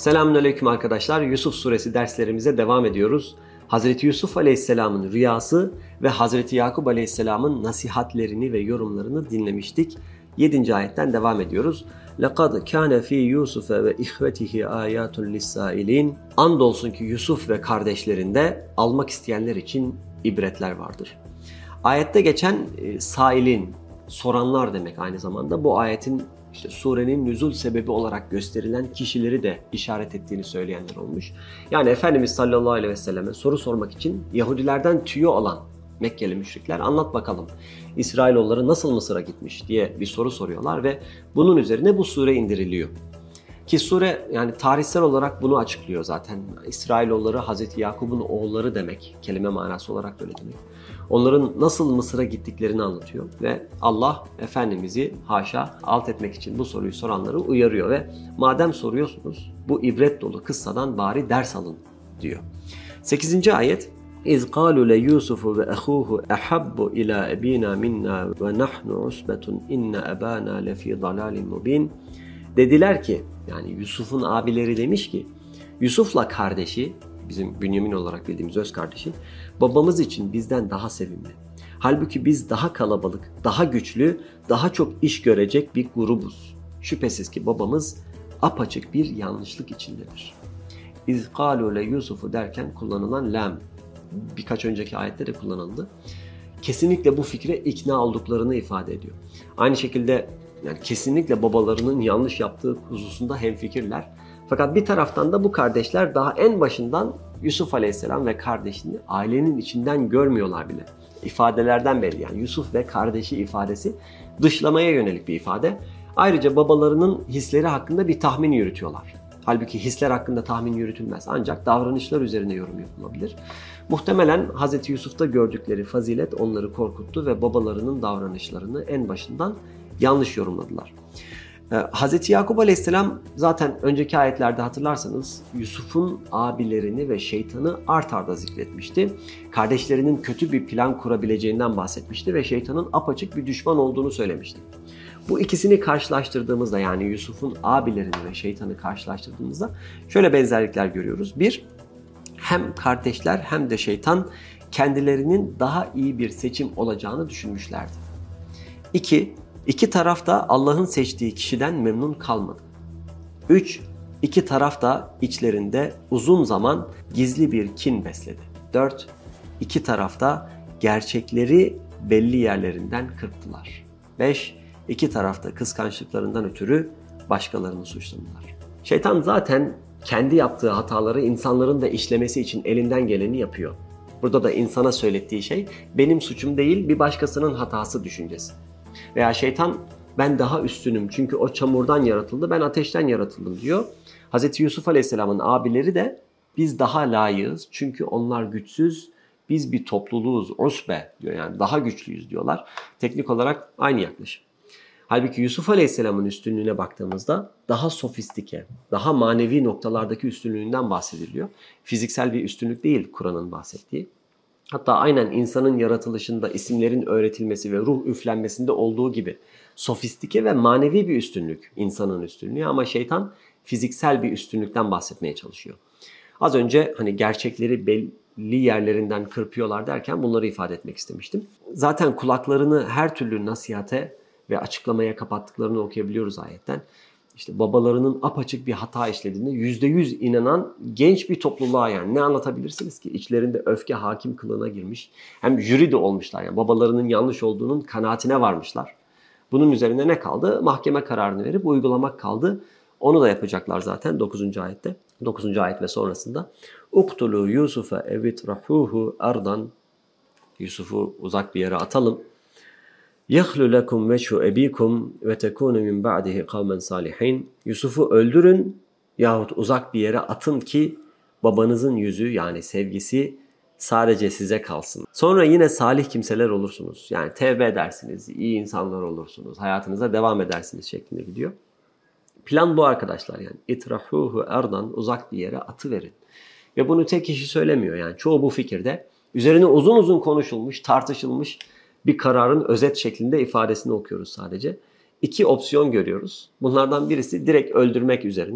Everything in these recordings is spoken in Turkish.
Selamünaleyküm arkadaşlar. Yusuf suresi derslerimize devam ediyoruz. Hazreti Yusuf Aleyhisselam'ın rüyası ve Hazreti Yakup Aleyhisselam'ın nasihatlerini ve yorumlarını dinlemiştik. 7. ayetten devam ediyoruz. لَقَدْ كَانَ ف۪ي يُوسُفَ وَاِخْوَتِهِ آيَاتٌ لِلسَّائِلِينَ Andolsun ki Yusuf ve kardeşlerinde almak isteyenler için ibretler vardır. Ayette geçen sailin, soranlar demek aynı zamanda. Bu ayetin surenin nüzul sebebi olarak gösterilen kişileri de işaret ettiğini söyleyenler olmuş. Yani Efendimiz sallallahu aleyhi ve selleme soru sormak için Yahudilerden tüyo alan Mekkeli müşrikler anlat bakalım İsrailoğulları nasıl Mısır'a gitmiş diye bir soru soruyorlar ve bunun üzerine bu sure indiriliyor. Ki sure yani tarihsel olarak bunu açıklıyor zaten. İsrailoğulları Hazreti Yakup'un oğulları demek. Kelime manası olarak böyle demek. Onların nasıl Mısır'a gittiklerini anlatıyor ve Allah Efendimiz'i haşa alt etmek için bu soruyu soranları uyarıyor ve madem soruyorsunuz bu ibret dolu kıssadan bari ders alın diyor. 8. ayet İz قَالُوا لَيُوسُفُ وَأَخُوهُ أَحَبُّ إِلَى أَب۪ينَا مِنَّا وَنَحْنُ عُسْبَةٌ اِنَّ أَبَانَا لَف۪ي ضَلَالٍ مُب۪ينَ Dediler ki yani Yusuf'un abileri demiş ki Yusuf'la kardeşi bizim Bünyamin olarak bildiğimiz öz kardeşi babamız için bizden daha sevimli. Halbuki biz daha kalabalık, daha güçlü, daha çok iş görecek bir grubuz. Şüphesiz ki babamız apaçık bir yanlışlık içindedir. İz قَالُوا لَيُوسُفُ derken kullanılan lam birkaç önceki ayette de kullanıldı. Kesinlikle bu fikre ikna olduklarını ifade ediyor. Aynı şekilde yani kesinlikle babalarının yanlış yaptığı hususunda hemfikirler. Fakat bir taraftan da bu kardeşler daha en başından Yusuf Aleyhisselam ve kardeşini ailenin içinden görmüyorlar bile. İfadelerden belli yani Yusuf ve kardeşi ifadesi dışlamaya yönelik bir ifade. Ayrıca babalarının hisleri hakkında bir tahmin yürütüyorlar. Halbuki hisler hakkında tahmin yürütülmez ancak davranışlar üzerine yorum yapılabilir. Muhtemelen Hz. Yusuf'ta gördükleri fazilet onları korkuttu ve babalarının davranışlarını en başından yanlış yorumladılar. Hz. Yakup Aleyhisselam zaten önceki ayetlerde hatırlarsanız Yusuf'un abilerini ve şeytanı art arda zikretmişti. Kardeşlerinin kötü bir plan kurabileceğinden bahsetmişti ve şeytanın apaçık bir düşman olduğunu söylemişti. Bu ikisini karşılaştırdığımızda yani Yusuf'un abilerini ve şeytanı karşılaştırdığımızda şöyle benzerlikler görüyoruz. Bir, hem kardeşler hem de şeytan kendilerinin daha iyi bir seçim olacağını düşünmüşlerdi. İki taraf da Allah'ın seçtiği kişiden memnun kalmadı. 3. İki taraf da içlerinde uzun zaman gizli bir kin besledi. 4. İki taraf da gerçekleri belli yerlerinden kırptılar. 5. İki taraf da kıskançlıklarından ötürü başkalarını suçladılar. Şeytan zaten kendi yaptığı hataları insanların da işlemesi için elinden geleni yapıyor. Burada da insana söylettiği şey benim suçum değil bir başkasının hatası düşüncesi. Veya şeytan ben daha üstünüm çünkü o çamurdan yaratıldı ben ateşten yaratıldım diyor. Hz. Yusuf Aleyhisselam'ın abileri de biz daha layığız çünkü onlar güçsüz biz bir topluluğuz usbe diyor yani daha güçlüyüz diyorlar. Teknik olarak aynı yaklaşım. Halbuki Yusuf Aleyhisselam'ın üstünlüğüne baktığımızda daha sofistike, daha manevi noktalardaki üstünlüğünden bahsediliyor. Fiziksel bir üstünlük değil Kur'an'ın bahsettiği. Hatta aynen insanın yaratılışında isimlerin öğretilmesi ve ruh üflenmesinde olduğu gibi sofistike ve manevi bir üstünlük insanın üstünlüğü ama şeytan fiziksel bir üstünlükten bahsetmeye çalışıyor. Az önce hani gerçekleri belli yerlerinden kırpıyorlar derken bunları ifade etmek istemiştim. Zaten kulaklarını her türlü nasihate ve açıklamaya kapattıklarını okuyabiliyoruz ayetten. İşte babalarının apaçık bir hata işlediğine %100 inanan genç bir topluluğa yani ne anlatabilirsiniz ki? İçlerinde öfke hakim kılığına girmiş. Hem jüri de olmuşlar yani babalarının yanlış olduğunun kanaatine varmışlar. Bunun üzerine ne kaldı? Mahkeme kararını verip uygulamak kaldı. Onu da yapacaklar zaten 9. ayette. 9. ayet ve sonrasında. Uktulu Yusuf'a evitrahuhu ardan. Yusuf'u uzak bir yere atalım. يَخْلُ لَكُمْ وَجْهُ اَب۪يكُمْ وَتَكُونُ مِنْ بَعْدِهِ قَوْمًا صَالِحِينَ Yusuf'u öldürün yahut uzak bir yere atın ki babanızın yüzü yani sevgisi sadece size kalsın. Sonra yine salih kimseler olursunuz. Yani tevbe edersiniz, iyi insanlar olursunuz, hayatınıza devam edersiniz şeklinde gidiyor. Plan bu arkadaşlar yani. İtrahuhu erdan uzak bir yere atıverin. Ve bunu tek kişi söylemiyor yani. Çoğu bu fikirde. Üzerine uzun uzun konuşulmuş, tartışılmış bir kararın özet şeklinde ifadesini okuyoruz sadece. 2 opsiyon görüyoruz. Bunlardan birisi direkt öldürmek üzerine.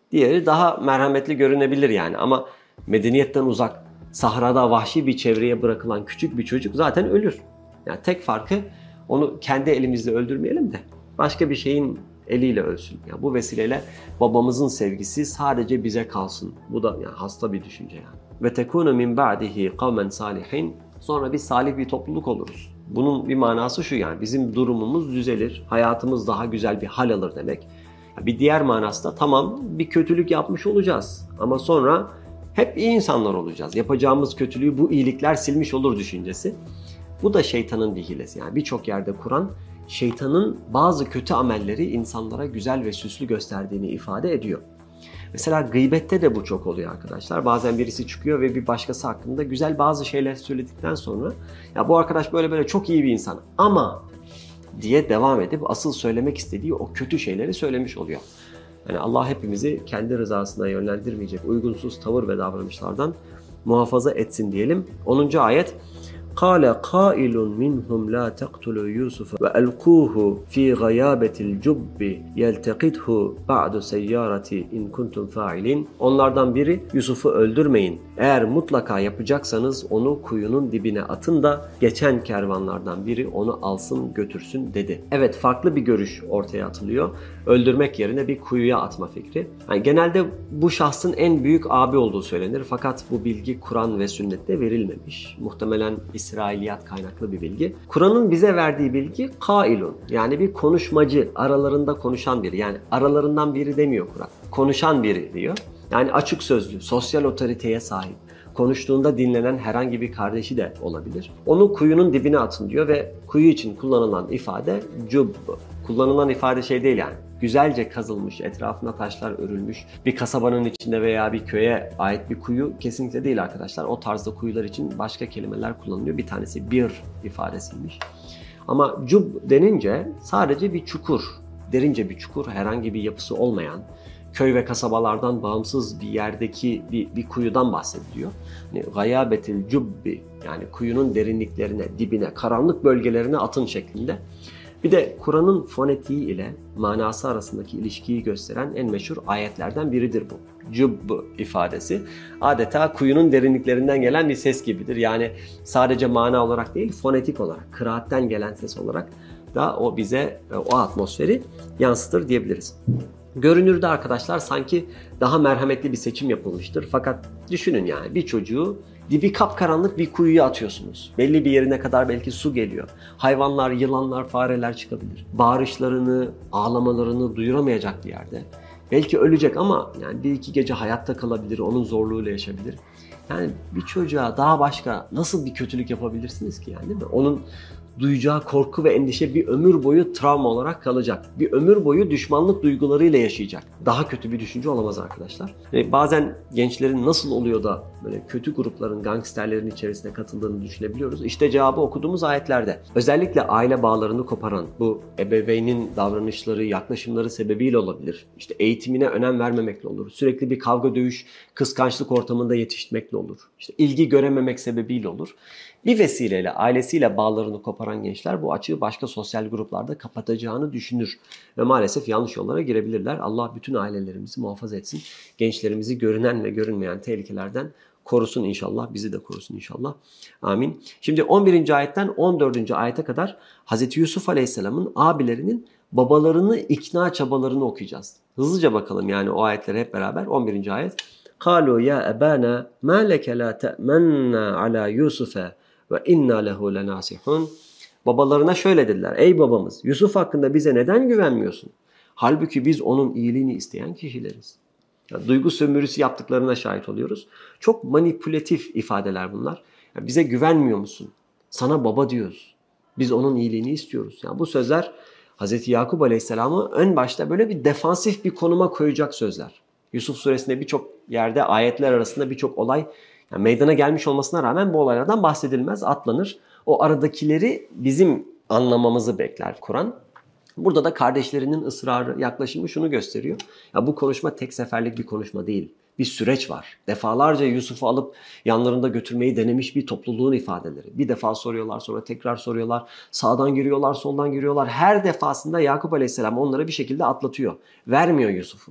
Diğeri daha merhametli görünebilir yani ama medeniyetten uzak, sahrada vahşi bir çevreye bırakılan küçük bir çocuk zaten ölür. Yani tek farkı onu kendi elimizle öldürmeyelim de başka bir şeyin eliyle ölsün. Yani bu vesileyle babamızın sevgisi sadece bize kalsın. Bu da yani hasta bir düşünce yani. Ve tekunu min ba'dihi kavmen salihin. Sonra biz salih bir topluluk oluruz. Bunun bir manası şu yani bizim durumumuz düzelir, hayatımız daha güzel bir hal alır demek. Bir diğer manası da tamam bir kötülük yapmış olacağız ama sonra hep iyi insanlar olacağız. Yapacağımız kötülüğü bu iyilikler silmiş olur düşüncesi. Bu da şeytanın bir hilesi. Yani birçok yerde Kur'an şeytanın bazı kötü amelleri insanlara güzel ve süslü gösterdiğini ifade ediyor. Mesela gıybette de bu çok oluyor arkadaşlar. Bazen birisi çıkıyor ve bir başkası hakkında güzel bazı şeyler söyledikten sonra ya bu arkadaş böyle böyle çok iyi bir insan ama diye devam edip asıl söylemek istediği o kötü şeyleri söylemiş oluyor. Yani Allah hepimizi kendi rızasına yönlendirmeyecek uygunsuz tavır ve davranışlardan muhafaza etsin diyelim. 10. ayet قال قائل منهم لا تقتلوا يوسف وألقوه في غيابة الجب يلتقطه بعض سيارة إن كنتم فاعلين. Onlardan biri Yusuf'u öldürmeyin. Eğer mutlaka yapacaksanız onu kuyunun dibine atın da geçen kervanlardan biri onu alsın götürsün dedi. Evet farklı bir görüş ortaya atılıyor. Öldürmek yerine bir kuyuya atma fikri. Yani genelde bu şahsın en büyük abi olduğu söylenir fakat bu bilgi Kur'an ve sünnette verilmemiş. Muhtemelen İsrailiyat kaynaklı bir bilgi. Kur'an'ın bize verdiği bilgi kailun yani bir konuşmacı, aralarında konuşan biri. Yani aralarından biri demiyor Kur'an. Konuşan biri diyor. Yani açık sözlü, sosyal otoriteye sahip. Konuştuğunda dinlenen herhangi bir kardeşi de olabilir. Onu kuyunun dibine atın diyor ve kuyu için kullanılan ifade cub. Kullanılan ifade şey değil yani. Güzelce kazılmış, etrafına taşlar örülmüş bir kasabanın içinde veya bir köye ait bir kuyu kesinlikle değil arkadaşlar. O tarzda kuyular için başka kelimeler kullanılıyor. Bir tanesi bir ifadesiymiş. Ama cub denince sadece bir çukur, derince bir çukur, herhangi bir yapısı olmayan, köy ve kasabalardan bağımsız bir yerdeki bir kuyudan bahsediliyor. Yani gayabetil cubbi yani kuyunun derinliklerine, dibine, karanlık bölgelerine atın şeklinde. Bir de Kur'an'ın fonetiği ile manası arasındaki ilişkiyi gösteren en meşhur ayetlerden biridir bu. Cub ifadesi adeta kuyunun derinliklerinden gelen bir ses gibidir. Yani sadece mana olarak değil, fonetik olarak, kıraatten gelen ses olarak da o bize o atmosferi yansıtır diyebiliriz. Görünürde arkadaşlar sanki daha merhametli bir seçim yapılmıştır. Fakat düşünün yani bir çocuğu dibi kapkaranlık bir kuyuya atıyorsunuz. Belli bir yerine kadar belki su geliyor. Hayvanlar, yılanlar, fareler çıkabilir. Bağırışlarını, ağlamalarını duyuramayacak bir yerde. Belki ölecek ama yani bir iki gece hayatta kalabilir, onun zorluğuyla yaşayabilir. Yani bir çocuğa daha başka nasıl bir kötülük yapabilirsiniz ki yani değil mi? Onun duyacağı korku ve endişe bir ömür boyu travma olarak kalacak. Bir ömür boyu düşmanlık duygularıyla yaşayacak. Daha kötü bir düşünce olamaz arkadaşlar. Bazen gençlerin nasıl oluyor da böyle kötü grupların, gangsterlerin içerisine katıldığını düşünebiliyoruz. İşte cevabı okuduğumuz ayetlerde. Özellikle aile bağlarını koparan bu ebeveynin davranışları, yaklaşımları sebebiyle olabilir. İşte eğitimine önem vermemekle olur. Sürekli bir kavga dövüş, kıskançlık ortamında yetişmekle olur. İşte ilgi görememek sebebiyle olur. Bir vesileyle ailesiyle bağlarını koparan gençler bu açığı başka sosyal gruplarda kapatacağını düşünür. Ve maalesef yanlış yollara girebilirler. Allah bütün ailelerimizi muhafaza etsin. Gençlerimizi görünen ve görünmeyen tehlikelerden korusun inşallah. Bizi de korusun inşallah. Amin. Şimdi 11. ayetten 14. ayete kadar Hz. Yusuf Aleyhisselam'ın abilerinin babalarını ikna çabalarını okuyacağız. Hızlıca bakalım yani o ayetleri hep beraber. 11. ayet. قَالُوا يَا أَبَانَا مَا لَكَ لَا تَأْمَنَّا عَلَى يُوسُفَ ve inna lehu lenasihun. Babalarına şöyle dediler. Ey babamız, Yusuf hakkında bize neden güvenmiyorsun? Halbuki biz onun iyiliğini isteyen kişileriz. Yani duygu sömürüsü yaptıklarına şahit oluyoruz. Çok manipülatif ifadeler bunlar. Yani bize güvenmiyor musun? Sana baba diyoruz. Biz onun iyiliğini istiyoruz. Yani bu sözler Hz. Yakup Aleyhisselam'ı ön başta böyle bir defansif bir konuma koyacak sözler. Yusuf suresinde birçok yerde ayetler arasında birçok olay yani meydana gelmiş olmasına rağmen bu olaylardan bahsedilmez, atlanır. O aradakileri bizim anlamamızı bekler Kur'an. Burada da kardeşlerinin ısrarı, yaklaşımı şunu gösteriyor. Ya bu konuşma tek seferlik bir konuşma değil. Bir süreç var. Defalarca Yusuf'u alıp yanlarında götürmeyi denemiş bir topluluğun ifadeleri. Bir defa soruyorlar, sonra tekrar soruyorlar. Sağdan giriyorlar, soldan giriyorlar. Her defasında Yakup Aleyhisselam onları bir şekilde atlatıyor. Vermiyor Yusuf'u.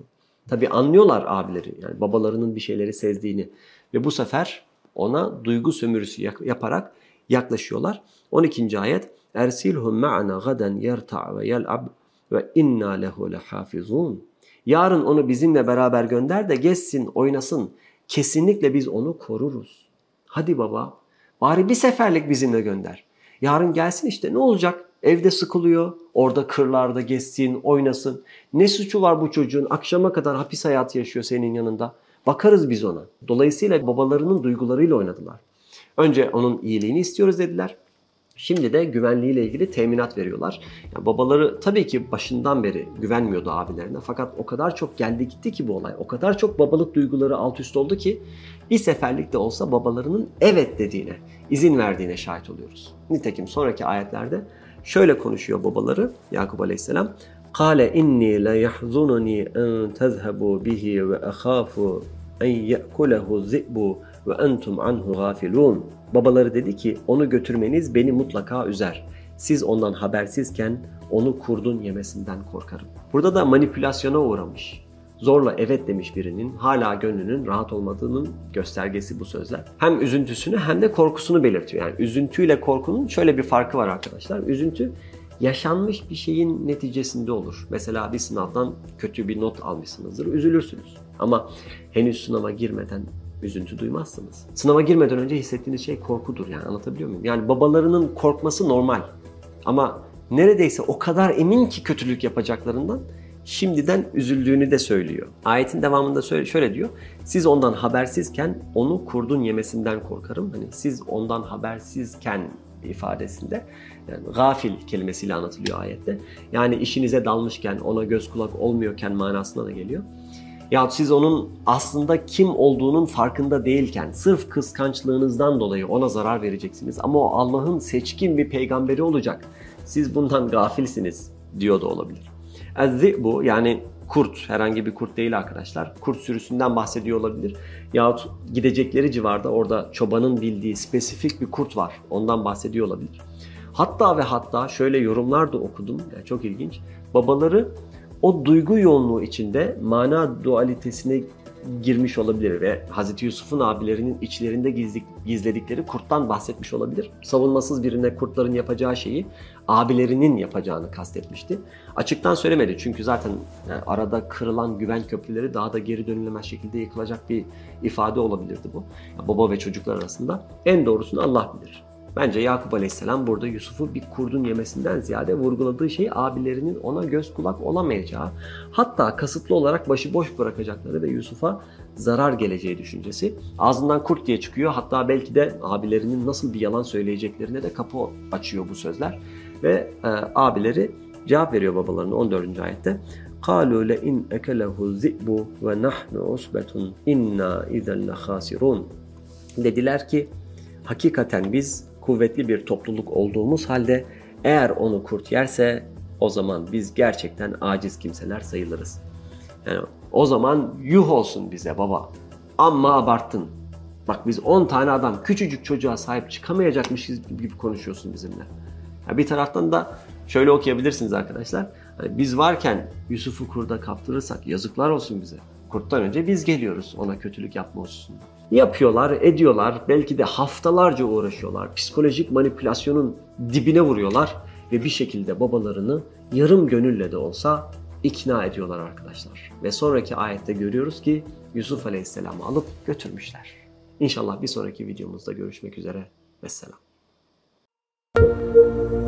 Tabii anlıyorlar abileri, yani babalarının bir şeyleri sezdiğini ve bu sefer ona duygu sömürüsü yaparak yaklaşıyorlar. 12. ayet Ersilhum ma'ana gaden yerta' ve yel'ab ve inna lehu lehafizun. Yarın onu bizimle beraber gönder de gezsin, oynasın. Kesinlikle biz onu koruruz. Hadi baba, bari bir seferlik bizimle gönder. Yarın gelsin işte, ne olacak? Evde sıkılıyor, orada kırlarda gezsin, oynasın. Ne suçu var bu çocuğun? Akşama kadar hapis hayatı yaşıyor senin yanında. Bakarız biz ona. Dolayısıyla babalarının duygularıyla oynadılar. Önce onun iyiliğini istiyoruz dediler. Şimdi de güvenliğiyle ilgili teminat veriyorlar. Yani babaları tabii ki başından beri güvenmiyordu abilerine. Fakat o kadar çok geldi gitti ki bu olay. O kadar çok babalık duyguları alt üst oldu ki bir seferlik de olsa babalarının evet dediğine, izin verdiğine şahit oluyoruz. Nitekim sonraki ayetlerde şöyle konuşuyor babaları Yakup Aleyhisselam. قَالَ اِنِّي لَيَحْزُنُنِي اَنْ تَذْهَبُوا بِهِ وَاَخَافُوا اَنْ يَأْكُلَهُ الذِّئْبُ وَاَنْتُمْ عَنْهُ غَافِلُونَ. Babaları dedi ki onu götürmeniz beni mutlaka üzer. Siz ondan habersizken onu kurdun yemesinden korkarım. Burada da manipülasyona uğramış. Zorla evet demiş birinin hala gönlünün rahat olmadığının göstergesi bu sözler. Hem üzüntüsünü hem de korkusunu belirtiyor. Yani üzüntüyle korkunun şöyle bir farkı var arkadaşlar. Üzüntü yaşanmış bir şeyin neticesinde olur. Mesela bir sınavdan kötü bir not almışsınızdır, üzülürsünüz. Ama henüz sınava girmeden üzüntü duymazsınız. Sınava girmeden önce hissettiğiniz şey korkudur, yani anlatabiliyor muyum? Yani babalarının korkması normal. Ama neredeyse o kadar emin ki kötülük yapacaklarından şimdiden üzüldüğünü de söylüyor. Ayetin devamında şöyle diyor. Siz ondan habersizken onu kurdun yemesinden korkarım. Hani siz ondan habersizken ifadesinde yani gafil kelimesiyle anlatılıyor ayette. Yani işinize dalmışken, ona göz kulak olmuyorken manasına da geliyor. Ya siz onun aslında kim olduğunun farkında değilken sırf kıskançlığınızdan dolayı ona zarar vereceksiniz. Ama o Allah'ın seçkin bir peygamberi olacak. Siz bundan gafilsiniz diyor da olabilir. Ez-zi'bu yani kurt, herhangi bir kurt değil arkadaşlar. Kurt sürüsünden bahsediyor olabilir. Yahut gidecekleri civarda orada çobanın bildiği spesifik bir kurt var. Ondan bahsediyor olabilir. Hatta ve hatta şöyle yorumlar da okudum. Yani çok ilginç. Babaları o duygu yoğunluğu içinde mana dualitesine girmiş olabilir ve Hazreti Yusuf'un abilerinin içlerinde gizledikleri kurttan bahsetmiş olabilir. Savunmasız birine kurtların yapacağı şeyi abilerinin yapacağını kastetmişti. Açıktan söylemedi çünkü zaten arada kırılan güven köprüleri daha da geri dönülemez şekilde yıkılacak bir ifade olabilirdi bu. Baba ve çocuklar arasında en doğrusunu Allah bilir. Bence Yakup Aleyhisselam burada Yusuf'u bir kurdun yemesinden ziyade vurguladığı şey abilerinin ona göz kulak olamayacağı, hatta kasıtlı olarak başıboş bırakacakları ve Yusuf'a zarar geleceği düşüncesi. Ağzından kurt diye çıkıyor, hatta belki de abilerinin nasıl bir yalan söyleyeceklerine de kapı açıyor bu sözler. Ve abileri cevap veriyor babalarına 14. ayette. قَالُوا لَاِنْ اَكَلَهُ الذِّئْبُ وَنَحْنُ عُصْبَةٌ اِنَّا اِذًا لَخَاسِرُونَ. Dediler ki hakikaten biz kuvvetli bir topluluk olduğumuz halde eğer onu kurt yerse o zaman biz gerçekten aciz kimseler sayılırız. Yani o zaman yuh olsun bize baba. Amma abarttın. Bak biz 10 tane adam küçücük çocuğa sahip çıkamayacakmışız gibi konuşuyorsun bizimle. Yani bir taraftan da şöyle okuyabilirsiniz arkadaşlar. Hani biz varken Yusuf'u kurda kaptırırsak yazıklar olsun bize. Kurttan önce biz geliyoruz ona kötülük yapma hususunda. Yapıyorlar, ediyorlar, belki de haftalarca uğraşıyorlar. Psikolojik manipülasyonun dibine vuruyorlar ve bir şekilde babalarını yarım gönülle de olsa ikna ediyorlar arkadaşlar. Ve sonraki ayette görüyoruz ki Yusuf Aleyhisselam'ı alıp götürmüşler. İnşallah bir sonraki videomuzda görüşmek üzere. Vesselam.